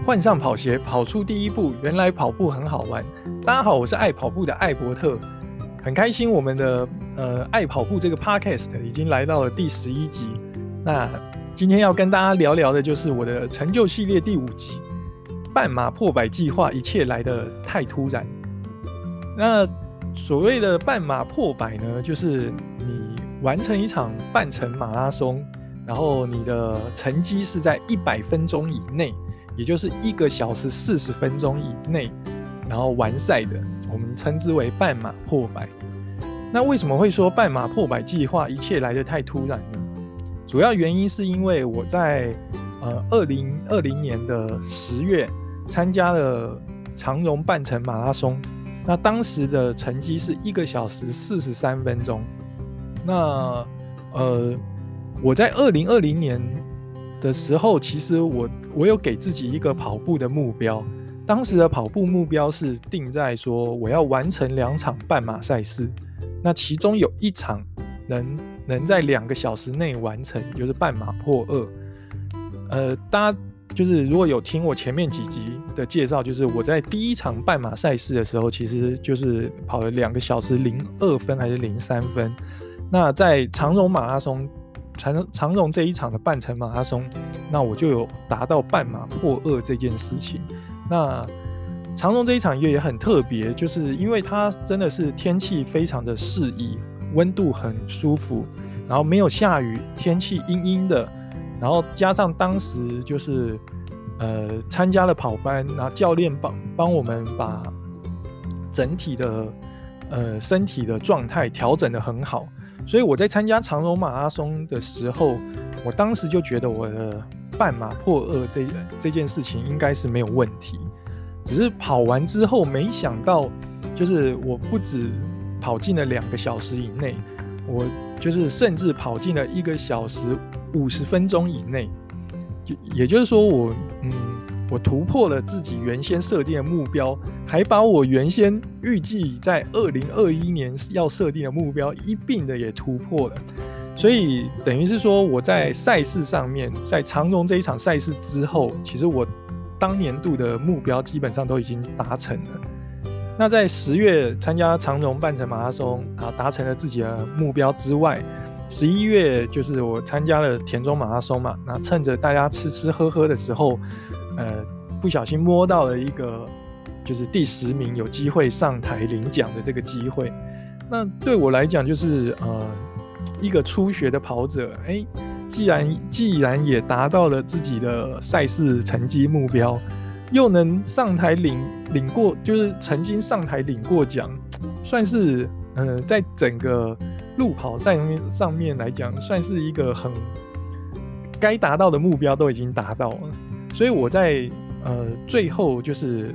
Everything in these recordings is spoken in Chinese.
换上跑鞋，跑出第一步，原来跑步很好玩。大家好，我是爱跑步的艾伯特，很开心我们的爱跑步这个 podcast 已经来到了第11集。那今天要跟大家聊聊的就是我的成就系列第5集，半马破百计划，一切来得太突然。那所谓的半马破百呢，就是你完成一场半程马拉松，然后你的成绩是在100分钟以内，也就是1个小时40分钟以内，然后完赛的，我们称之为半马破百。那为什么会说半马破百计划一切来得太突然呢？主要原因是因为我在2020年的10月参加了长荣半程马拉松，那当时的成绩是1个小时43分钟。那我在2020年的时候，其实我有给自己一个跑步的目标，当时的跑步目标是定在说我要完成2场半马赛事，那其中有1场能在2个小时内完成，就是半马破2。大家就是如果有听我前面几集的介绍，就是我在第1场半马赛事的时候，其实就是跑了2个小时02分还是03分。那在长荣马拉松，长荣这一场的半程马拉松，那我就有达到半马破2这件事情。那长荣这一场也很特别，就是因为它真的是天气非常的适宜，温度很舒服，然后没有下雨，天气阴阴的，然后加上当时就是参加了跑班，然后教练帮我们把整体的身体的状态调整得很好，所以我在参加长荣马拉松的时候，我当时就觉得我的半马破2这件事情应该是没有问题。只是跑完之后，没想到就是我不止跑进了2个小时以内，我就是甚至跑进了1个小时50分钟以内，也就是说我突破了自己原先设定的目标，还把我原先预计在2021年要设定的目标一并的也突破了。所以等于是说，我在赛事上面，在长荣这一场赛事之后，其实我当年度的目标基本上都已经达成了。那在10月参加长荣半程马拉松，达成了自己的目标之外，11月就是我参加了田中马拉松嘛，那趁着大家吃吃喝喝的时候，不小心摸到了一个就是第10名有机会上台领奖的这个机会。那对我来讲，就是一个初学的跑者，既然也达到了自己的赛事成绩目标，又能上台领过，就是曾经上台领过奖，算是在整个路跑赛上面来讲，算是一个很该达到的目标都已经达到了。所以我在最后就是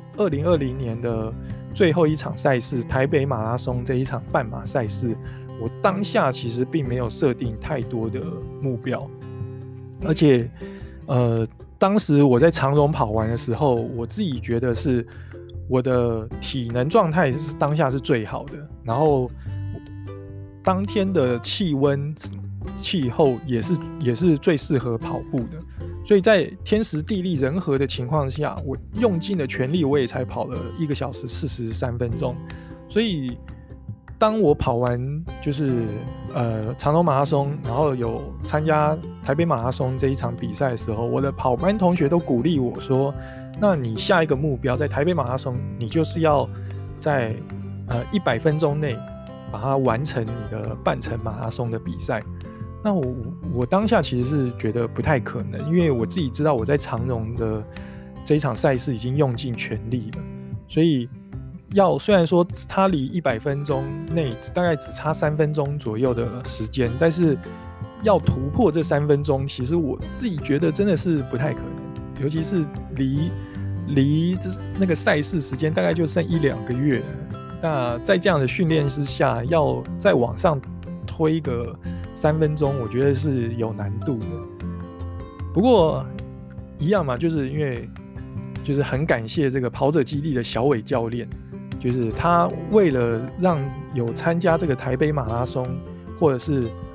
2020年的最后一场赛事台北马拉松这一场半马赛事，我当下其实并没有设定太多的目标，而且当时我在长荣跑完的时候，我自己觉得是我的体能状态是当下是最好的，然后当天的气温气候也是最适合跑步的，所以在天时地利人和的情况下，我用尽了全力，我也才跑了1个小时43分钟。所以当我跑完就是长荣马拉松，然后有参加台北马拉松这一场比赛的时候，我的跑班同学都鼓励我说，那你下一个目标在台北马拉松，你就是要在100分钟内把它完成你的半程马拉松的比赛。那我当下其实是觉得不太可能，因为我自己知道我在长荣的这一场赛事已经用尽全力了，所以虽然说它离100分钟内大概只差3分钟左右的时间，但是要突破这3分钟，其实我自己觉得真的是不太可能，尤其是离那个赛事时间大概就剩1-2个月了。那在这样的训练之下，要再往上推个3分钟，我觉得是有难度的。不过一样嘛，就是因为就是很感谢这个跑者基地的小伟教练，就是他为了让有参加这个台北马拉松或者是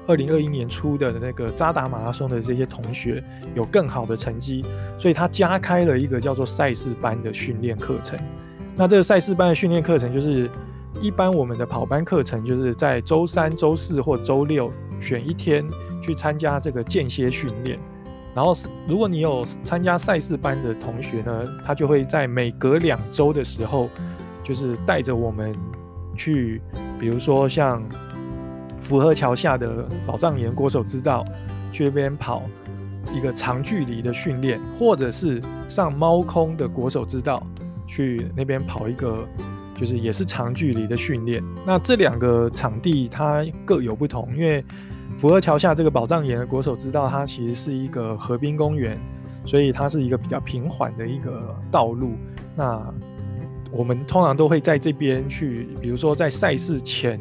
2021年初的那个渣打马拉松的这些同学有更好的成绩，所以他加开了一个叫做赛事班的训练课程。那这个赛事班的训练课程就是一般我们的跑班课程，就是在周3、周4或周6选一天去参加这个间歇训练。然后如果你有参加赛事班的同学呢，他就会在每隔2周的时候，就是带着我们去，比如说像福和桥下的宝藏岩国手之道去那边跑一个长距离的训练，或者是上猫空的国手之道去那边跑一个就是也是长距离的训练。那这2个场地它各有不同，因为福和桥下这个宝藏岩的国手之道它其实是一个河滨公园，所以它是一个比较平缓的一个道路。那我们通常都会在这边去，比如说在赛事前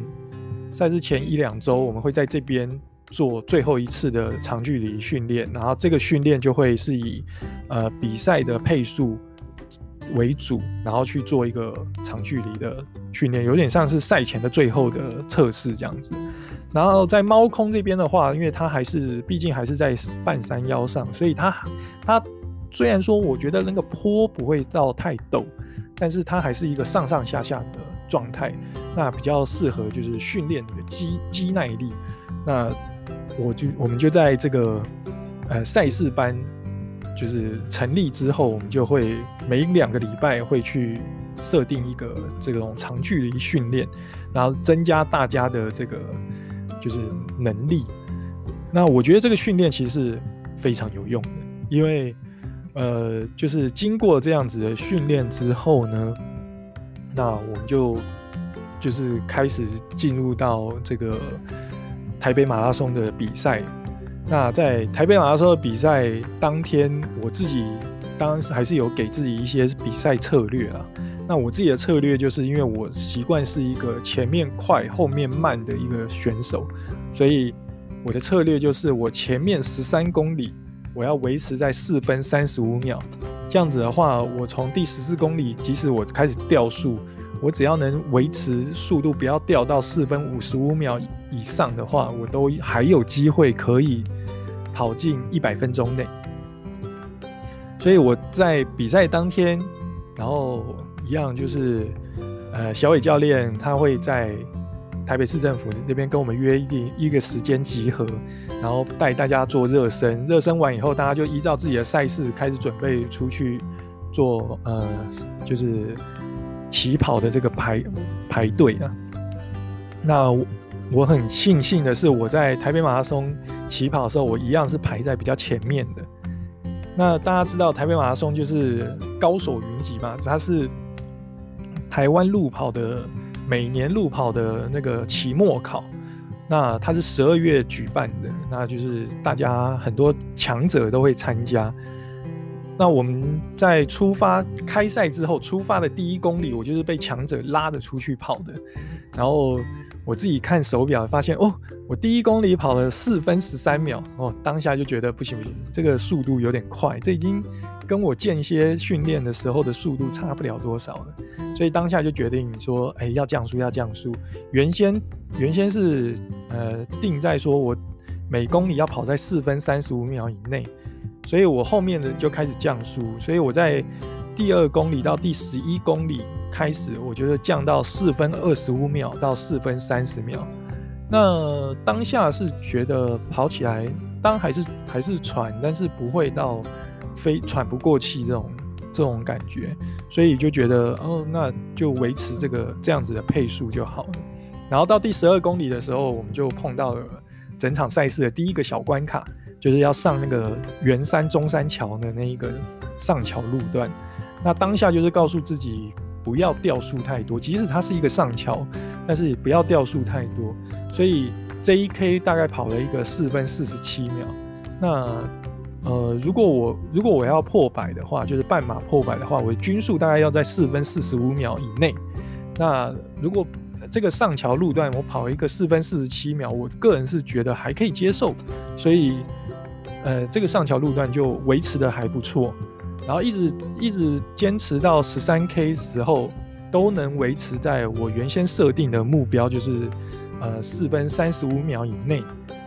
1-2周，我们会在这边做最后一次的长距离训练，然后这个训练就会是以比赛的配速为主，然后去做一个长距离的训练，有点像是赛前的最后的测试这样子。然后在猫空这边的话，因为它毕竟还是在半山腰上，所以它虽然说我觉得那个坡不会到太陡，但是它还是一个上上下下的状态，那比较适合就是训练你的肌耐力。那我们就在这个赛事班就是成立之后，我们就会每2个礼拜会去设定一个这种长距离训练，然后增加大家的这个就是能力。那我觉得这个训练其实是非常有用的，因为就是经过这样子的训练之后呢，那我们就是开始进入到这个台北马拉松的比赛。那在台北马拉松的比赛当天，我自己当然还是有给自己一些比赛策略啦。那我自己的策略就是因为我习惯是一个前面快后面慢的一个选手，所以我的策略就是我前面13公里我要维持在4分35秒，这样子的话，我从第14公里即使我开始掉速，我只要能维持速度不要掉到4分55秒以上的话，我都还有机会可以跑进100分钟内。所以我在比赛当天，然后一样就是小伟教练他会在台北市政府这边跟我们约一个时间集合，然后带大家做热身，热身完以后大家就依照自己的赛事开始准备出去做就是起跑的这个排队啊。那我很庆幸的是，我在台北马拉松起跑的时候，我一样是排在比较前面的。那大家知道台北马拉松就是高手云集嘛，它是台湾路跑的每年路跑的那个期末考，那它是12月举办的，那就是大家很多强者都会参加。那我们在开赛之后出发的第1公里，我就是被强者拉着出去跑的。然后我自己看手表发现，我第1公里跑了4分13秒，当下就觉得不行，这个速度有点快，这已经跟我间歇训练的时候的速度差不了多少了。所以当下就决定说，要降速。原先是定在说我每公里要跑在4分35秒以内。所以我后面的就开始降速，所以我在第2公里到第11公里开始，我觉得降到4分25秒到4分30秒。那当下是觉得跑起来，当然还是喘，但是不会到非喘不过气这种感觉，所以就觉得那就维持这样子的配速就好了。然后到第12公里的时候，我们就碰到了整场赛事的第一个小关卡。就是要上那个圆山中山桥的那一个上桥路段，那当下就是告诉自己不要掉速太多，即使它是一个上桥，但是不要掉速太多。所以这一 K 大概跑了一个4分47秒。那如果我要破百的话，就是半马破百的话，我的均速大概要在4分45秒以内。那如果这个上桥路段我跑一个4分47秒，我个人是觉得还可以接受，所以这个上桥路段就维持的还不错，然后一直坚持到13K 时候都能维持在我原先设定的目标，就是4分35秒以内。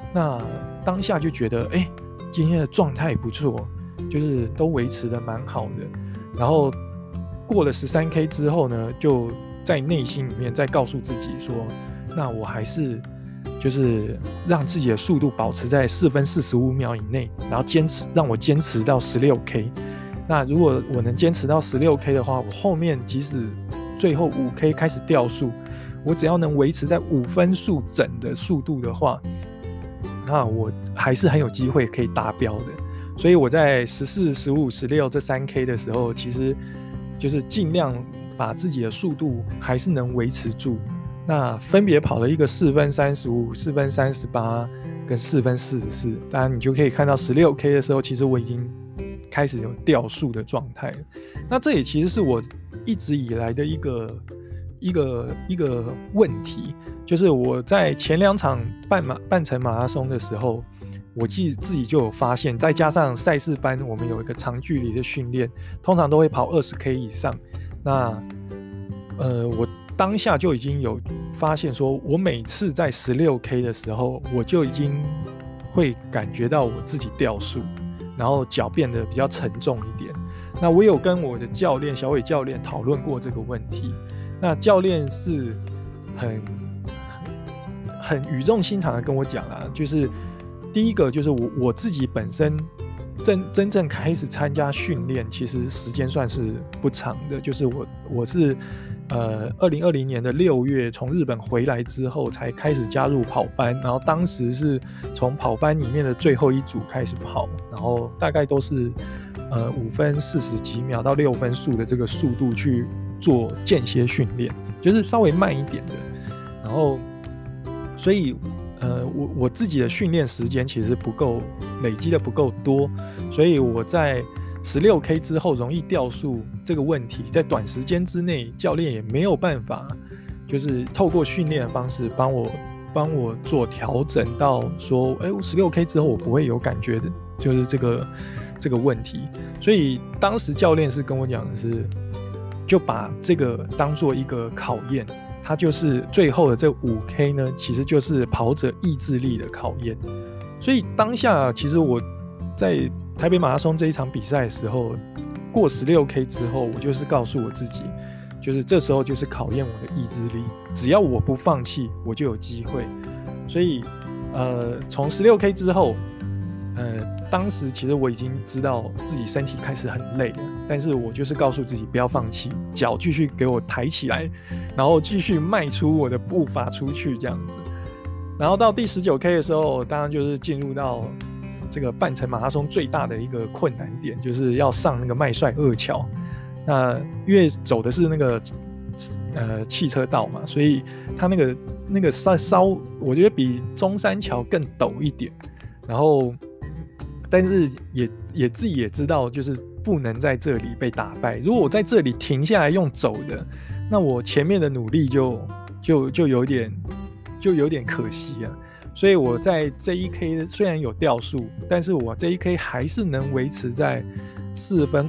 那当下就觉得今天的状态不错，就是都维持的蛮好的。然后过了 13K 之后呢，就在内心里面再告诉自己说，那我还是就是让自己的速度保持在4分45秒以内，然后让我坚持到 16K。 那如果我能坚持到 16K 的话，我后面即使最后 5K 开始掉速，我只要能维持在5分速整的速度的话，那我还是很有机会可以达标的。所以我在14、15、16这3K 的时候，其实就是尽量把自己的速度还是能维持住。那分别跑了一个4分35、4分38跟4分44。当然你就可以看到 16K 的时候，其实我已经开始有掉速的状态了。那这也其实是我一直以来的一个问题，就是我在前2场半程马拉松的时候，我自己就有发现，再加上赛事班我们有一个长距离的训练，通常都会跑20K 以上。那我当下就已经有发现说，我每次在 16K 的时候，我就已经会感觉到我自己掉速，然后脚变得比较沉重一点。那我有跟我的教练小伟教练讨论过这个问题，那教练是很语重心长的跟我讲啦，就是第一个就是我自己本身真正开始参加训练，其实时间算是不长的，就是我是2020年的6月从日本回来之后才开始加入跑班，然后当时是从跑班里面的最后一组开始跑，然后大概都是5分40几秒到6分速的这个速度去做间歇训练，就是稍微慢一点的。然后所以我自己的训练时间其实不够，累积的不够多，所以我在16K 之后容易掉速这个问题，在短时间之内教练也没有办法就是透过训练的方式帮我做调整到说16K 之后我不会有感觉的，就是这个问题。所以当时教练是跟我讲的是，就把这个当做一个考验，它就是最后的这 5K 呢，其实就是跑者意志力的考验。所以当下其实我在台北马拉松这一场比赛的时候，过 16K 之后，我就是告诉我自己，就是这时候就是考验我的意志力，只要我不放弃，我就有机会。所以从 16K 之后，当时其实我已经知道自己身体开始很累了，但是我就是告诉自己不要放弃，脚继续给我抬起来，然后继续迈出我的步伐出去这样子。然后到第 19K 的时候，当然就是进入到这个半程马拉松最大的一个困难点，就是要上那个麦帅2桥。那因为走的是那个汽车道嘛，所以它那个稍我觉得比中山桥更陡一点。然后但是也自己也知道，就是不能在这里被打败。如果我在这里停下来用走的，那我前面的努力就有点可惜啊。所以我在这一 K 虽然有掉速，但是我这一 K 还是能维持在4分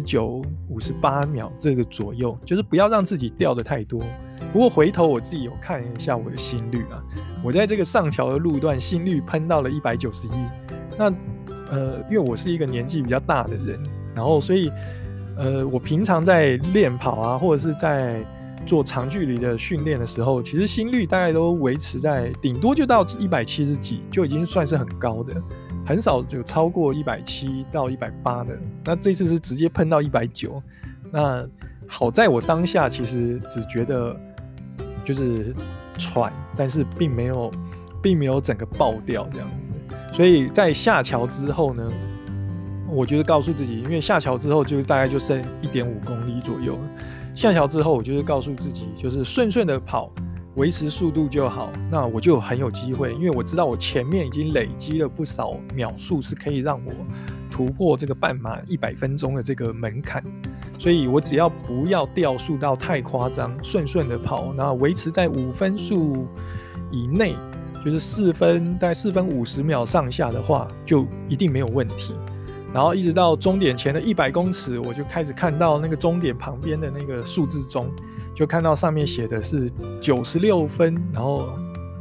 59、58秒这个左右，就是不要让自己掉的太多。不过回头我自己有看一下我的心率啊，我在这个上桥的路段心率喷到了191。那因为我是一个年纪比较大的人，然后所以我平常在练跑啊，或者是在做长距离的训练的时候，其实心率大概都维持在顶多就到170几，就已经算是很高的，很少就超过170到180的。那这次是直接喷到190。那好在我当下其实只觉得就是喘，但是并没有整个爆掉这样子。所以在下桥之后呢，我就是告诉自己，因为下桥之后就大概就剩1.5公里左右了。下桥之后，我就是告诉自己，就是顺顺的跑，维持速度就好。那我就很有机会，因为我知道我前面已经累积了不少秒数，是可以让我突破这个半马100分钟的这个门槛。所以我只要不要掉速到太夸张，顺顺的跑，然后维持在5分速以内，就是大概4分50秒上下的话，就一定没有问题。然后一直到终点前的100公尺，我就开始看到那个终点旁边的那个数字钟，就看到上面写的是96分，然后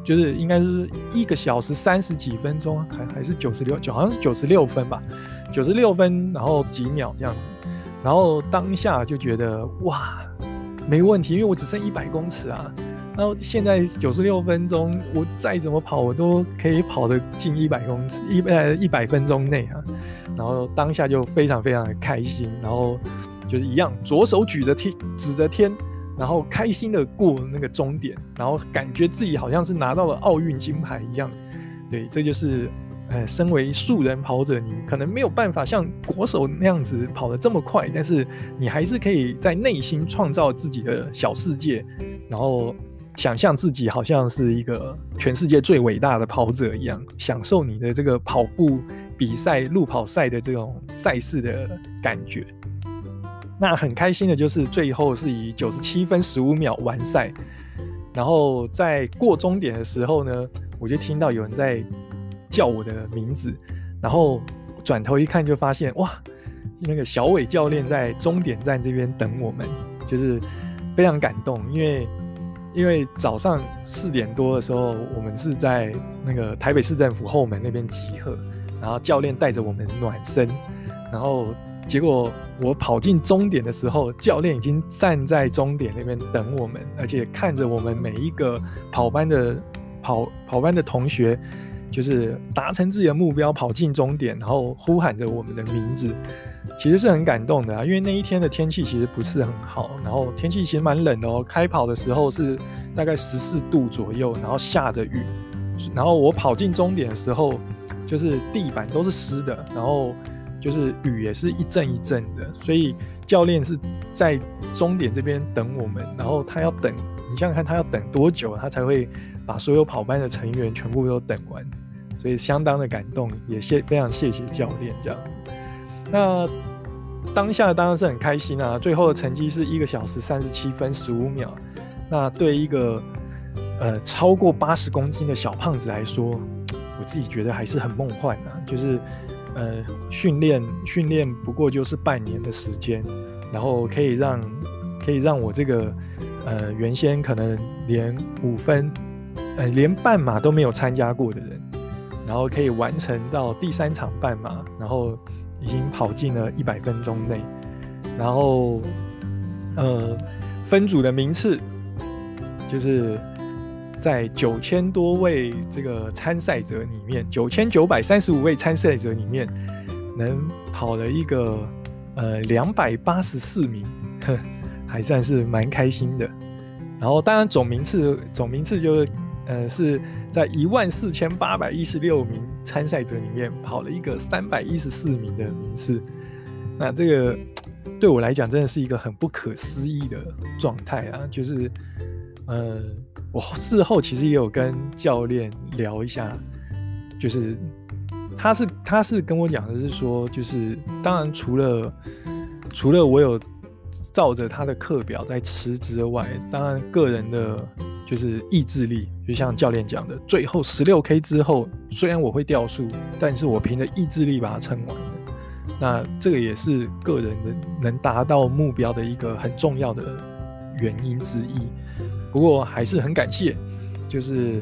就是应该是1个小时30几分钟，还是96，好像是96分吧，96分，然后几秒这样子。然后当下就觉得哇，没问题，因为我只剩100公尺啊。然后现在96分钟，我再怎么跑，我都可以跑得进100公尺，100分钟内啊。然后当下就非常非常的开心，然后就是一样，左手指着天，然后开心的过那个终点，然后感觉自己好像是拿到了奥运金牌一样。对，这就是身为素人跑者，你可能没有办法像国手那样子跑得这么快，但是你还是可以在内心创造自己的小世界，然后想象自己好像是一个全世界最伟大的跑者一样，享受你的这个跑步比赛、路跑赛的这种赛事的感觉。那很开心的就是最后是以97分15秒完赛，然后在过终点的时候呢，我就听到有人在叫我的名字，然后转头一看就发现哇，那个小伟教练在终点站这边等我们，就是非常感动，因为早上4点多的时候，我们是在那个台北市政府后门那边集合，然后教练带着我们暖身，然后结果我跑进终点的时候，教练已经站在终点那边等我们，而且看着我们每一个跑班的同学，就是达成自己的目标，跑进终点，然后呼喊着我们的名字，其实是很感动的啊。因为那一天的天气其实不是很好，然后天气其实蛮冷的哦。开跑的时候是大概14度左右，然后下着雨，然后我跑进终点的时候，就是地板都是湿的，然后就是雨也是一阵一阵的，所以教练是在终点这边等我们，然后他要等，你想想看他要等多久，他才会把所有跑班的成员全部都等完，所以相当的感动，也非常谢谢教练这样子。那当下当然是很开心啊，最后的成绩是1个小时37分15秒，那对一个超过80公斤的小胖子来说，我自己觉得还是很梦幻啊，就是训练不过就是半年的时间，然后可以让我这个原先可能连连半马都没有参加过的人，然后可以完成到第3场半马，然后已经跑进了100分钟内，然后分组的名次就是在9000多位这个参赛者里面，9935位参赛者里面，能跑了一个284名，还算是蛮开心的。然后当然总名次就是是在14816名参赛者里面跑了一个314名的名次，那这个对我来讲真的是一个很不可思议的状态啊！就是我事后其实也有跟教练聊一下，就是他是跟我讲的是说，就是当然除了我有照着他的课表在吃之外，当然个人的就是意志力，就像教练讲的，最后16K 之后，虽然我会掉速，但是我凭着意志力把它撑完了。那这个也是个人的能达到目标的一个很重要的原因之一。不过还是很感谢，就是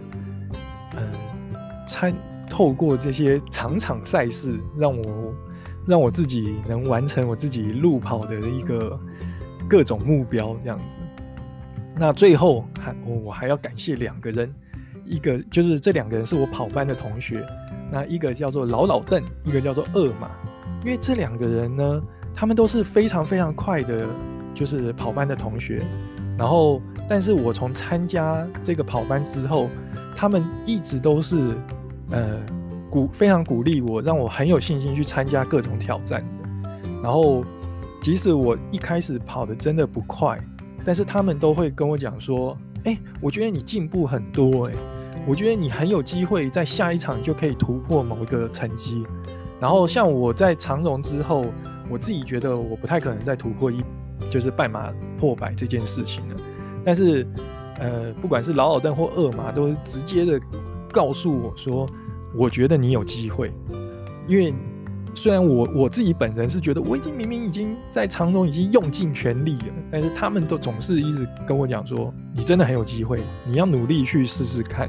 透过这些场赛事，让我自己能完成我自己路跑的一个各种目标这样子。那最后我还要感谢2个人，一个就是这2个人是我跑班的同学，那一个叫做老邓，一个叫做二马。因为这2个人呢，他们都是非常非常快的，就是跑班的同学。然后，但是我从参加这个跑班之后，他们一直都是非常鼓励我，让我很有信心去参加各种挑战的。然后，即使我一开始跑的真的不快，但是他们都会跟我讲说：“我觉得你进步很多，我觉得你很有机会在下一场就可以突破某一个成绩。”然后像我在长荣之后，我自己觉得我不太可能再突破就是半马破100这件事情了。但是不管是老邓或二马，都是直接的告诉我说，我觉得你有机会。因为虽然我自己本人是觉得我明明已经在长荣已经用尽全力了，但是他们都总是一直跟我讲说，你真的很有机会，你要努力去试试看。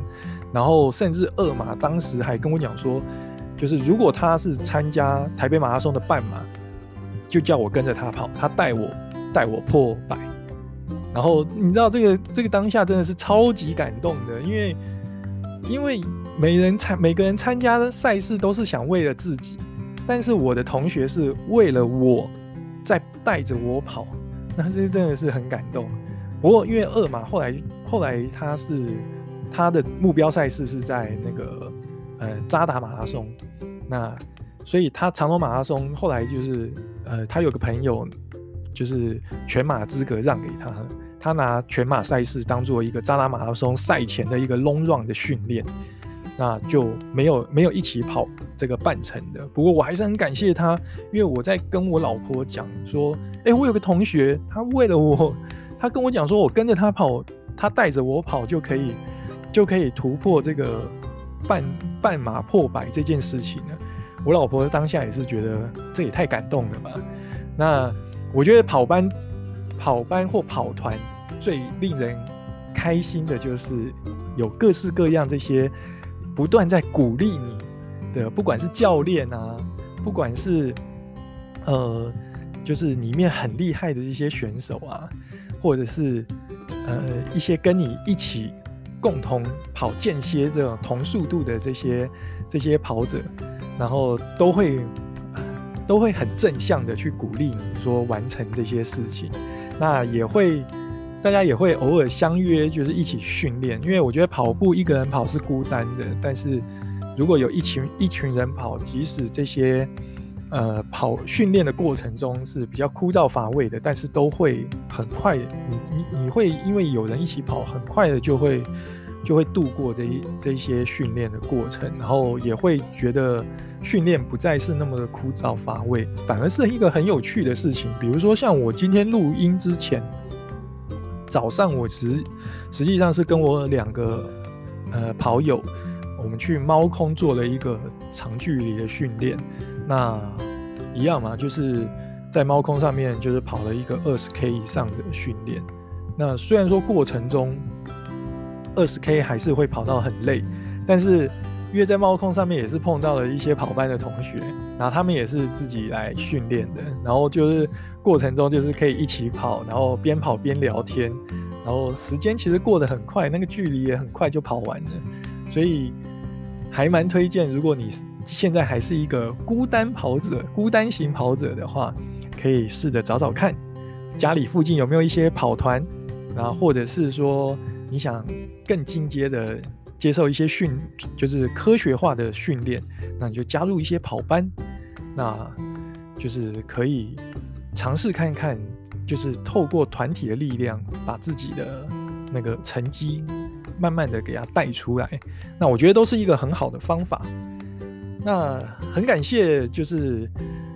然后甚至二马当时还跟我讲说，就是如果他是参加台北马拉松的半马，就叫我跟着他跑，他带我破100。然后你知道这个当下真的是超级感动的，因为每个人参加的赛事都是想为了自己，但是我的同学是为了我在带着我跑，那这真的是很感动。不过因为二马后来他的目标赛事是在那个渣打马拉松，那所以他长荣马拉松后来就是他有个朋友就是全马资格让给他，他拿全马赛事当做一个渣打马拉松赛前的一个 long run 的训练，那就没有一起跑这个半程的。不过我还是很感谢他，因为我在跟我老婆讲说，我有个同学，他为了我，他跟我讲说，我跟着他跑，他带着我跑就可以突破这个半马破100这件事情了。我老婆当下也是觉得这也太感动了吧。那我觉得跑班或跑团最令人开心的就是有各式各样这些不断在鼓励你的，不管是教练啊，不管是就是里面很厉害的一些选手啊，或者是一些跟你一起共同跑间歇这种同速度的这些跑者，然后都会很正向的去鼓励你说完成这些事情。那大家也会偶尔相约，就是一起训练。因为我觉得跑步一个人跑是孤单的，但是如果有一群人跑，即使这些跑训练的过程中是比较枯燥乏味的，但是都会很快，你会因为有人一起跑，很快的就会度过这些训练的过程，然后也会觉得训练不再是那么的枯燥乏味，反而是一个很有趣的事情。比如说像我今天录音之前，早上我实际上是跟我2个跑友，我们去猫空做了一个长距离的训练。那一样嘛，就是在猫空上面就是跑了一个20K 以上的训练。那虽然说过程中20K 还是会跑到很累，但是因为在猫空上面也是碰到了一些跑班的同学，然后他们也是自己来训练的，然后就是过程中就是可以一起跑，然后边跑边聊天，然后时间其实过得很快，那个距离也很快就跑完了，所以还蛮推荐，如果你现在还是一个孤单型跑者的话，可以试着找找看家里附近有没有一些跑团，然后或者是说你想更进阶的接受一些就是科学化的训练，那你就加入一些跑班，那就是可以尝试看看，就是透过团体的力量，把自己的那个成绩慢慢的给它带出来。那我觉得都是一个很好的方法。那很感谢，就是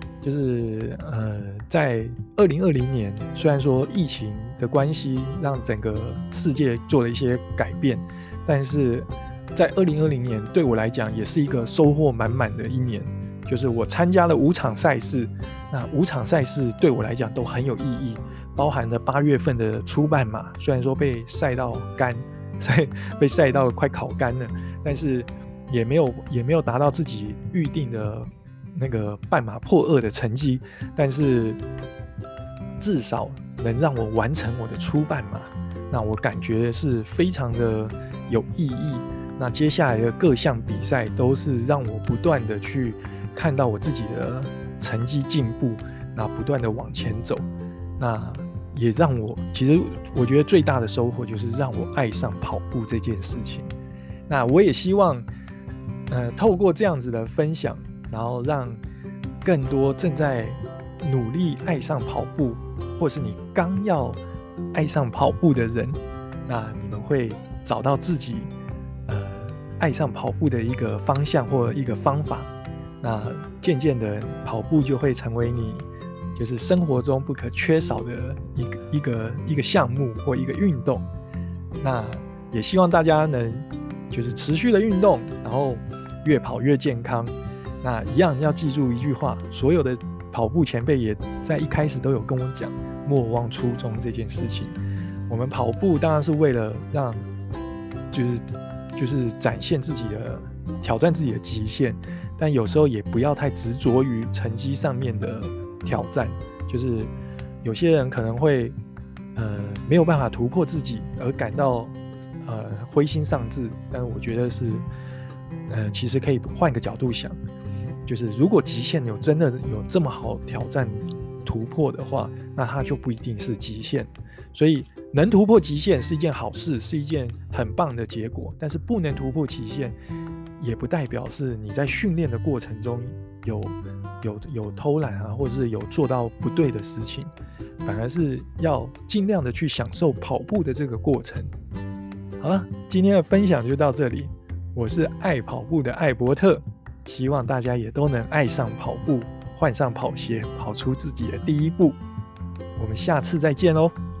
在2020年，虽然说疫情的关系让整个世界做了一些改变，但是在2020年对我来讲也是一个收获满满的一年。就是我参加了5场赛事，那5场赛事对我来讲都很有意义，包含了8月份的初半马，虽然说被晒到干，被晒到快烤干了，但是也没有达到自己预定的那个半马破2的成绩，但是至少能让我完成我的初半马，那我感觉是非常的有意义。那接下来的各项比赛都是让我不断的去看到我自己的成绩进步，那不断的往前走，那也让我，其实我觉得最大的收获就是让我爱上跑步这件事情。那我也希望透过这样子的分享，然后让更多正在努力爱上跑步，或是你刚要爱上跑步的人，那你们会找到自己爱上跑步的一个方向或一个方法，那渐渐的跑步就会成为你就是生活中不可缺少的一个项目或一个运动。那也希望大家能就是持续的运动，然后越跑越健康。那一样要记住一句话，所有的跑步前辈也在一开始都有跟我讲，莫忘初衷这件事情。我们跑步当然是为了让就是就是展现自己的、挑战自己的极限，但有时候也不要太执着于成绩上面的挑战。就是有些人可能会没有办法突破自己而感到灰心丧志，但我觉得是其实可以换个角度想，就是如果极限真的有这么好挑战突破的话，那它就不一定是极限。所以能突破极限是一件好事，是一件很棒的结果，但是不能突破极限也不代表是你在训练的过程中有偷懒啊，或者是有做到不对的事情，反而是要尽量的去享受跑步的这个过程。好了，今天的分享就到这里，我是爱跑步的艾伯特，希望大家也都能爱上跑步，换上跑鞋，跑出自己的第一步。我们下次再见喽。